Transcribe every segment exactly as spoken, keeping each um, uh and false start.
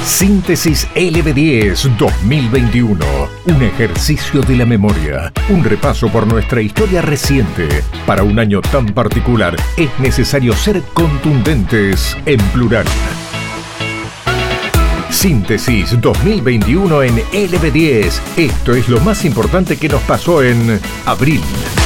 Síntesis L B diez dos mil veintiuno. Un ejercicio de la memoria. Un repaso por nuestra historia reciente. Para un año tan particular, es necesario ser contundentes en plural. Síntesis dos mil veintiuno en L B diez. Esto es lo más importante que nos pasó en abril.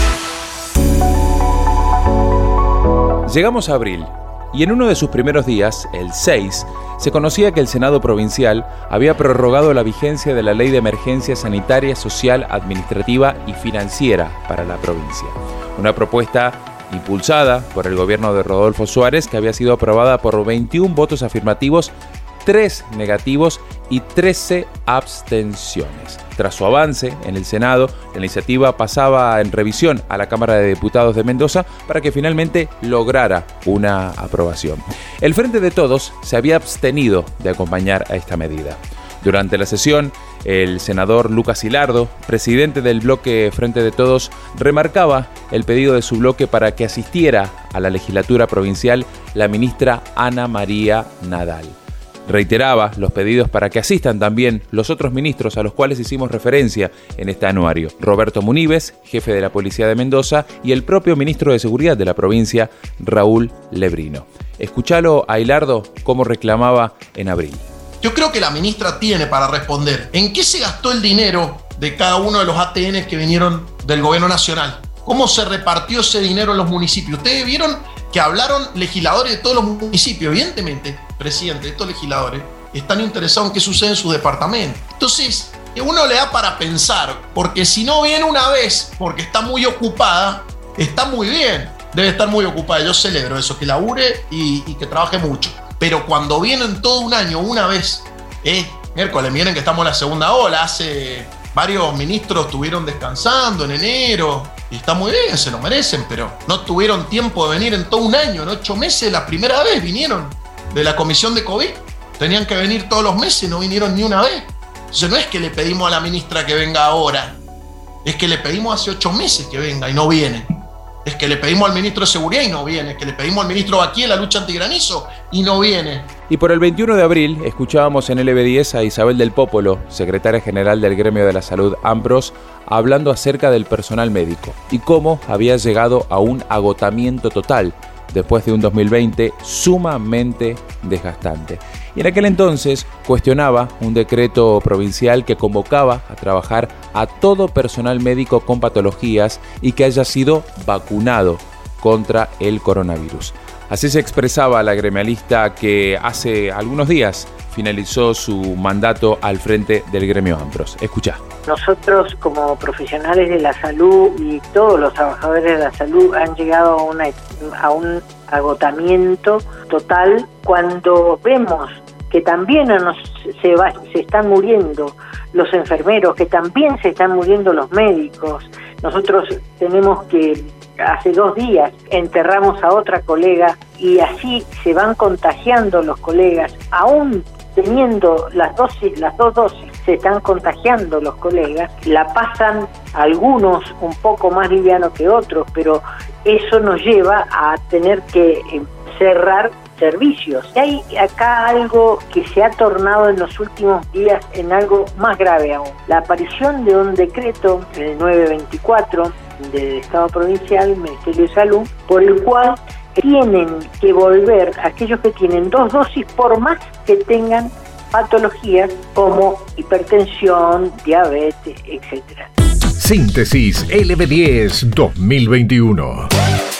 Llegamos a abril. Y en uno de sus primeros días, el seis, se conocía que el Senado Provincial había prorrogado la vigencia de la Ley de Emergencia Sanitaria, Social, Administrativa y Financiera para la provincia. Una propuesta impulsada por el gobierno de Rodolfo Suárez, que había sido aprobada por veintiún votos afirmativos, tres negativos y trece abstenciones. Tras su avance en el Senado, la iniciativa pasaba en revisión a la Cámara de Diputados de Mendoza para que finalmente lograra una aprobación. El Frente de Todos se había abstenido de acompañar a esta medida. Durante la sesión, el senador Lucas Hilardo, presidente del bloque Frente de Todos, remarcaba el pedido de su bloque para que asistiera a la legislatura provincial la ministra Ana María Nadal. Reiteraba los pedidos para que asistan también los otros ministros a los cuales hicimos referencia en este anuario. Roberto Munives, jefe de la Policía de Mendoza, y el propio ministro de Seguridad de la provincia, Raúl Lebrino. Escuchalo a Hilardo cómo reclamaba en abril. Yo creo que la ministra tiene para responder en qué se gastó el dinero de cada uno de los A T Ns que vinieron del gobierno nacional. ¿Cómo se repartió ese dinero en los municipios? Ustedes vieron que hablaron legisladores de todos los municipios. Evidentemente, presidente, estos legisladores están interesados en qué sucede en su departamento. Entonces, uno le da para pensar, porque si no viene una vez, porque está muy ocupada, está muy bien, debe estar muy ocupada. Yo celebro eso, que labure y, y que trabaje mucho. Pero cuando vienen todo un año, una vez, eh, miércoles, miren que estamos en la segunda ola, hace varios ministros estuvieron descansando en enero, y está muy bien, se lo merecen, pero no tuvieron tiempo de venir en todo un año, en ocho meses, la primera vez vinieron de la comisión de COVID, tenían que venir todos los meses, no vinieron ni una vez. Entonces no es que le pedimos a la ministra que venga ahora, es que le pedimos hace ocho meses que venga y no viene. Es que le pedimos al ministro de Seguridad y no viene, es que le pedimos al ministro Baquí en la lucha antigranizo y no viene. Y por el veintiuno de abril escuchábamos en L B diez a Isabel del Popolo, secretaria general del Gremio de la Salud AMPROS, hablando acerca del personal médico y cómo había llegado a un agotamiento total después de un dos mil veinte sumamente desgastante. Y en aquel entonces cuestionaba un decreto provincial que convocaba a trabajar a todo personal médico con patologías y que haya sido vacunado contra el coronavirus. Así se expresaba la gremialista que hace algunos días finalizó su mandato al frente del gremio AMPROS. Escuchá. Nosotros como profesionales de la salud y todos los trabajadores de la salud han llegado a, una, a un agotamiento total cuando vemos que también nos, se, va, se están muriendo los enfermeros, que también se están muriendo los médicos. Nosotros tenemos que, hace dos días, enterramos a otra colega y así se van contagiando los colegas, aún teniendo las dosis, las dos dosis, se están contagiando los colegas, la pasan algunos un poco más liviano que otros, pero eso nos lleva a tener que cerrar servicios. Y hay acá algo que se ha tornado en los últimos días en algo más grave aún. La aparición de un decreto, el nueve veinticuatro del Estado Provincial, Ministerio de Salud, por el cual tienen que volver aquellos que tienen dos dosis por más que tengan patologías como hipertensión, diabetes, etcétera. Síntesis L B diez dos mil veintiuno.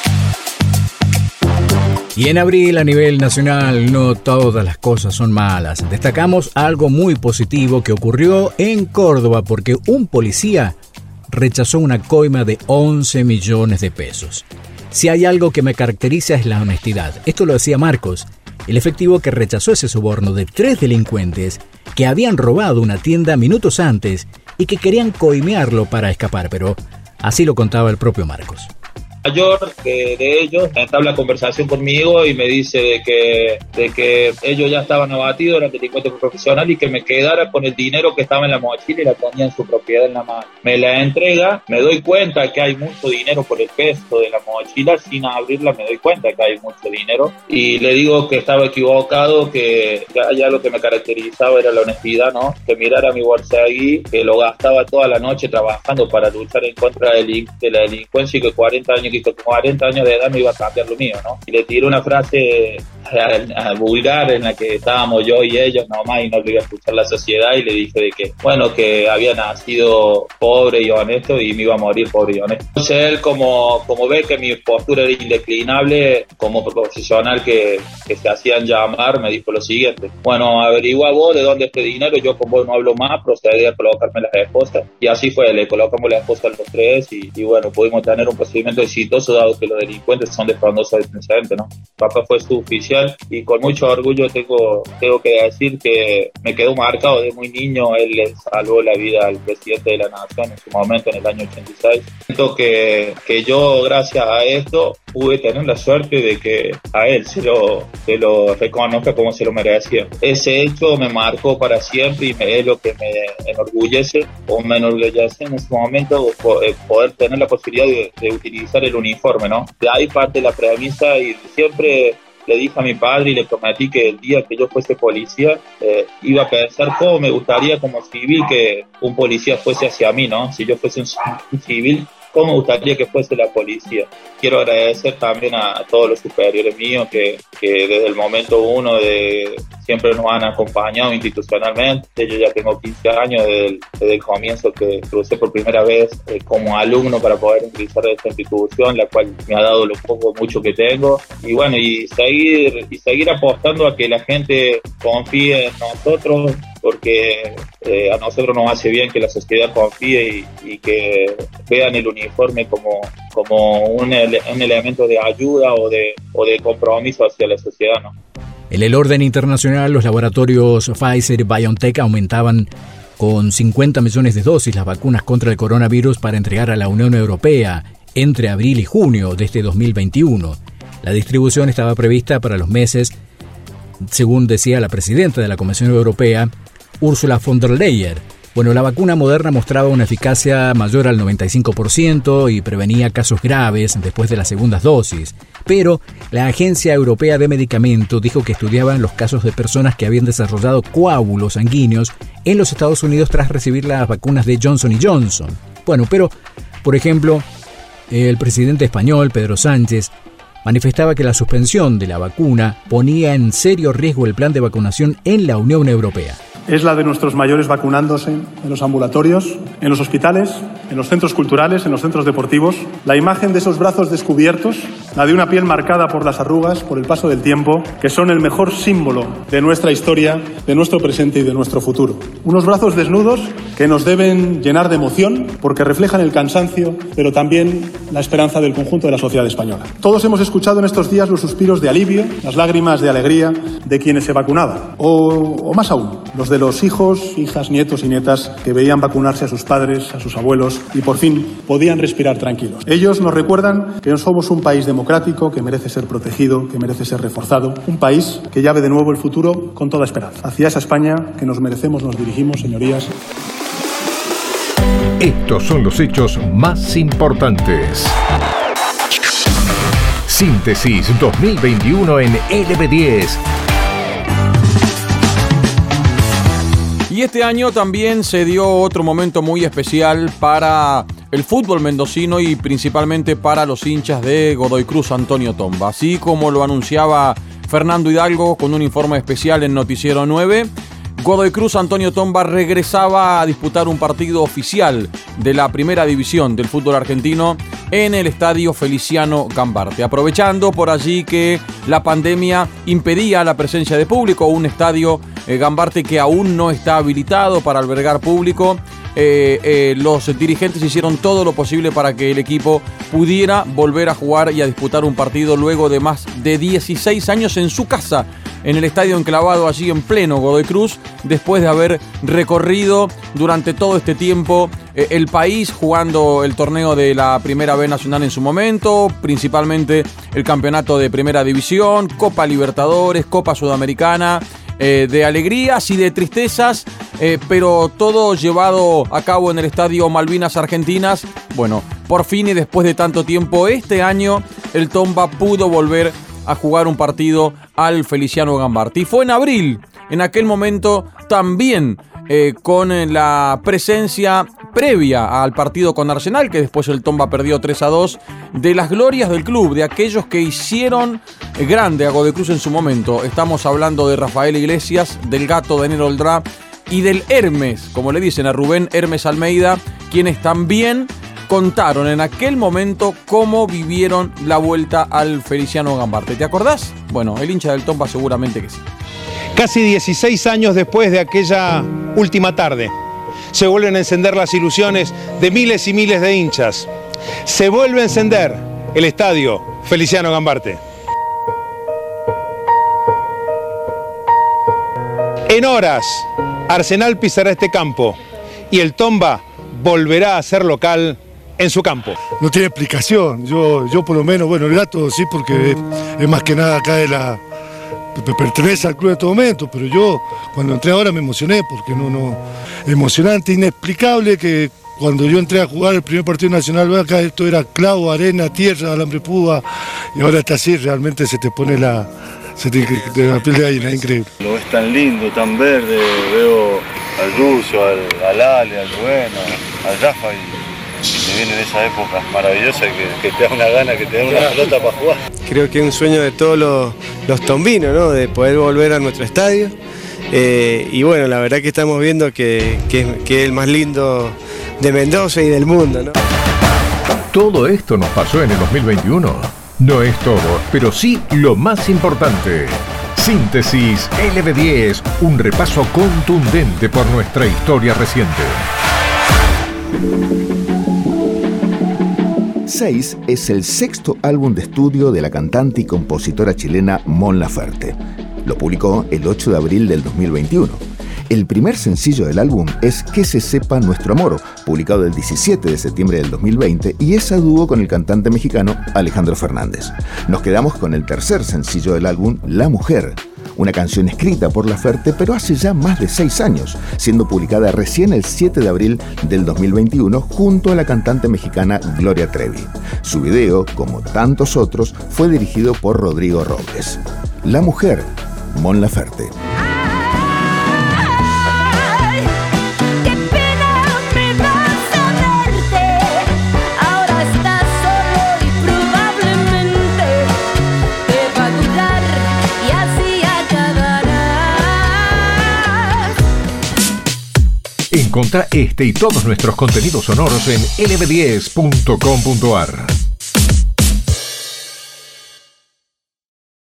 Y en abril a nivel nacional no todas las cosas son malas. Destacamos algo muy positivo que ocurrió en Córdoba porque un policía rechazó una coima de once millones de pesos. Si hay algo que me caracteriza es la honestidad. Esto lo decía Marcos, el efectivo que rechazó ese soborno de tres delincuentes que habían robado una tienda minutos antes y que querían coimearlo para escapar, pero así lo contaba el propio Marcos. mayor de, de ellos entabla conversación conmigo y me dice de que, de que ellos ya estaban abatidos, eran delincuentes profesionales, y que me quedara con el dinero que estaba en la mochila y la tenía en su propiedad en la mano. Me la entrega, me doy cuenta que hay mucho dinero por el peso de la mochila, sin abrirla me doy cuenta que hay mucho dinero, y le digo que estaba equivocado, que ya lo que me caracterizaba era la honestidad, ¿no? Que mirara mi bolsa ahí, que lo gastaba toda la noche trabajando para luchar en contra de la delincuencia, y que cuarenta años, que con cuarenta años de edad no iba a cambiar lo mío, ¿no? Y le tiré una frase a, a vulgar en la que estábamos yo y ellos nomás, y no lo iba a escuchar la sociedad, y le dije de que, bueno, que había nacido pobre y honesto y me iba a morir pobre y honesto. Entonces él, como, como ve que mi postura era indeclinable, como profesional que, que se hacían llamar, me dijo lo siguiente: bueno, averigua vos de dónde este dinero, yo con vos no hablo más, procedí a colocarme las esposas. Y así fue, le colocamos las esposas a los tres, y, y bueno, pudimos tener un procedimiento exitoso, dado que los delincuentes son de frondoso antecedente, ¿no? Papá fue su oficial, y con mucho orgullo tengo, tengo que decir que me quedó marcado de muy niño. Él le salvó la vida al presidente de la nación en su momento, en el año ochenta y seis. Siento que, que yo, gracias a esto, pude tener la suerte de que a él se lo, se lo reconozca como se lo merecía. Ese hecho me marcó para siempre, y me, es lo que me enorgullece, o me enorgullece en ese momento, poder tener la posibilidad de, de utilizar el uniforme, ¿no? De ahí parte la premisa, y siempre le dije a mi padre y le prometí que el día que yo fuese policía, eh, iba a pensar cómo me gustaría como civil que un policía fuese hacia mí, ¿no? Si yo fuese un, un civil, cómo me gustaría que fuese la policía. Quiero agradecer también a, a todos los superiores míos que, que desde el momento uno de siempre nos han acompañado institucionalmente. Yo ya tengo quince años desde el, desde el comienzo que crucé por primera vez eh, como alumno para poder utilizar esta institución, la cual me ha dado lo poco mucho que tengo. Y bueno, y seguir, y seguir apostando a que la gente confíe en nosotros, porque eh, a nosotros nos hace bien que la sociedad confíe y, y que vean el uniforme como, como un, ele- un elemento de ayuda o de, o de compromiso hacia la sociedad, ¿no? En el orden internacional, los laboratorios Pfizer y BioNTech aumentaban con cincuenta millones de dosis las vacunas contra el coronavirus para entregar a la Unión Europea entre abril y junio de este dos mil veintiuno. La distribución estaba prevista para los meses, según decía la presidenta de la Comisión Europea, Ursula von der Leyen. Bueno, la vacuna Moderna mostraba una eficacia mayor al noventa y cinco por ciento y prevenía casos graves después de las segundas dosis. Pero la Agencia Europea de Medicamentos dijo que estudiaban los casos de personas que habían desarrollado coágulos sanguíneos en los Estados Unidos tras recibir las vacunas de Johnson y Johnson. Bueno, pero, por ejemplo, el presidente español, Pedro Sánchez, manifestaba que la suspensión de la vacuna ponía en serio riesgo el plan de vacunación en la Unión Europea. Es la de nuestros mayores vacunándose en los ambulatorios, en los hospitales, en los centros culturales, en los centros deportivos. La imagen de esos brazos descubiertos, la de una piel marcada por las arrugas, por el paso del tiempo, que son el mejor símbolo de nuestra historia, de nuestro presente y de nuestro futuro. Unos brazos desnudos que nos deben llenar de emoción porque reflejan el cansancio, pero también la esperanza del conjunto de la sociedad española. Todos hemos escuchado en estos días los suspiros de alivio, las lágrimas de alegría de quienes se vacunaban, o, o más aún, los de los hijos, hijas, nietos y nietas que veían vacunarse a sus padres, a sus abuelos y por fin podían respirar tranquilos. Ellos nos recuerdan que somos un país democrático que merece ser protegido, que merece ser reforzado, un país que ya ve de nuevo el futuro con toda esperanza. Hacia esa España que nos merecemos nos dirigimos, señorías. Estos son los hechos más importantes. Síntesis dos mil veintiuno en L B diez. Y este año también se dio otro momento muy especial para el fútbol mendocino y principalmente para los hinchas de Godoy Cruz Antonio Tomba. Así como lo anunciaba Fernando Hidalgo con un informe especial en Noticiero nueve, Godoy Cruz Antonio Tomba regresaba a disputar un partido oficial de la primera división del fútbol argentino en el estadio Feliciano Gambarte, aprovechando por allí que la pandemia impedía la presencia de público, un estadio eh, Gambarte que aún no está habilitado para albergar público. Eh, eh, los dirigentes hicieron todo lo posible para que el equipo pudiera volver a jugar y a disputar un partido luego de más de dieciséis años en su casa, en el estadio enclavado allí en pleno Godoy Cruz, después de haber recorrido durante todo este tiempo eh, el país jugando el torneo de la Primera B Nacional en su momento, principalmente el campeonato de Primera División, Copa Libertadores, Copa Sudamericana, eh, de alegrías y de tristezas, eh, pero todo llevado a cabo en el estadio Malvinas Argentinas. Bueno, por fin y después de tanto tiempo, este año el Tomba pudo volver a jugar un partido al Feliciano Gambarte. Y fue en abril, en aquel momento también eh, con la presencia previa al partido con Arsenal, que después el Tomba perdió tres a dos, de las glorias del club, de aquellos que hicieron grande a Godoy Cruz en su momento. Estamos hablando de Rafael Iglesias, del Gato Daniel Oldrá y del Hermes, como le dicen a Rubén Hermes Almeida, quienes también contaron en aquel momento cómo vivieron la vuelta al Feliciano Gambarte. ¿Te acordás? Bueno, el hincha del Tomba seguramente que sí. Casi dieciséis años después de aquella última tarde, se vuelven a encender las ilusiones de miles y miles de hinchas. Se vuelve a encender el estadio Feliciano Gambarte. En horas, Arsenal pisará este campo y el Tomba volverá a ser local en su campo. No tiene explicación, yo, yo por lo menos, bueno, el Gato sí, porque es, es más que nada acá de la, pertenece al club en este momento, pero yo cuando entré ahora me emocioné, porque no, no, emocionante, inexplicable que cuando yo entré a jugar el primer partido nacional, acá esto era clavo, arena, tierra, alambre púa, y ahora está así, realmente se te pone la, se te, te, la piel de gallina, es increíble. Lo ves tan lindo, tan verde, veo al Ruso, al, al Ale, al Bueno, al Rafa y te viene en esa época maravillosa que, que te da una gana, que te da una pelota para jugar. Creo que es un sueño de todos los, los tombinos, ¿no? De poder volver a nuestro estadio. Eh, y bueno, la verdad que estamos viendo que, que, que es el más lindo de Mendoza y del mundo, ¿no? ¿Todo esto nos pasó en el dos mil veintiuno? No es todo, pero sí lo más importante. Síntesis L B diez, un repaso contundente por nuestra historia reciente. seis es el sexto álbum de estudio de la cantante y compositora chilena Mon Laferte. Lo publicó el ocho de abril del dos mil veintiuno. El primer sencillo del álbum es Que se sepa nuestro amor, publicado el diecisiete de septiembre del dos mil veinte, y es a dúo con el cantante mexicano Alejandro Fernández. Nos quedamos con el tercer sencillo del álbum, La Mujer, una canción escrita por Laferte, pero hace ya más de seis años, siendo publicada recién el siete de abril del dos mil veintiuno junto a la cantante mexicana Gloria Trevi. Su video, como tantos otros, fue dirigido por Rodrigo Robles. La Mujer, Mon Laferte. Encontrá este y todos nuestros contenidos sonoros en L B diez punto com punto a r.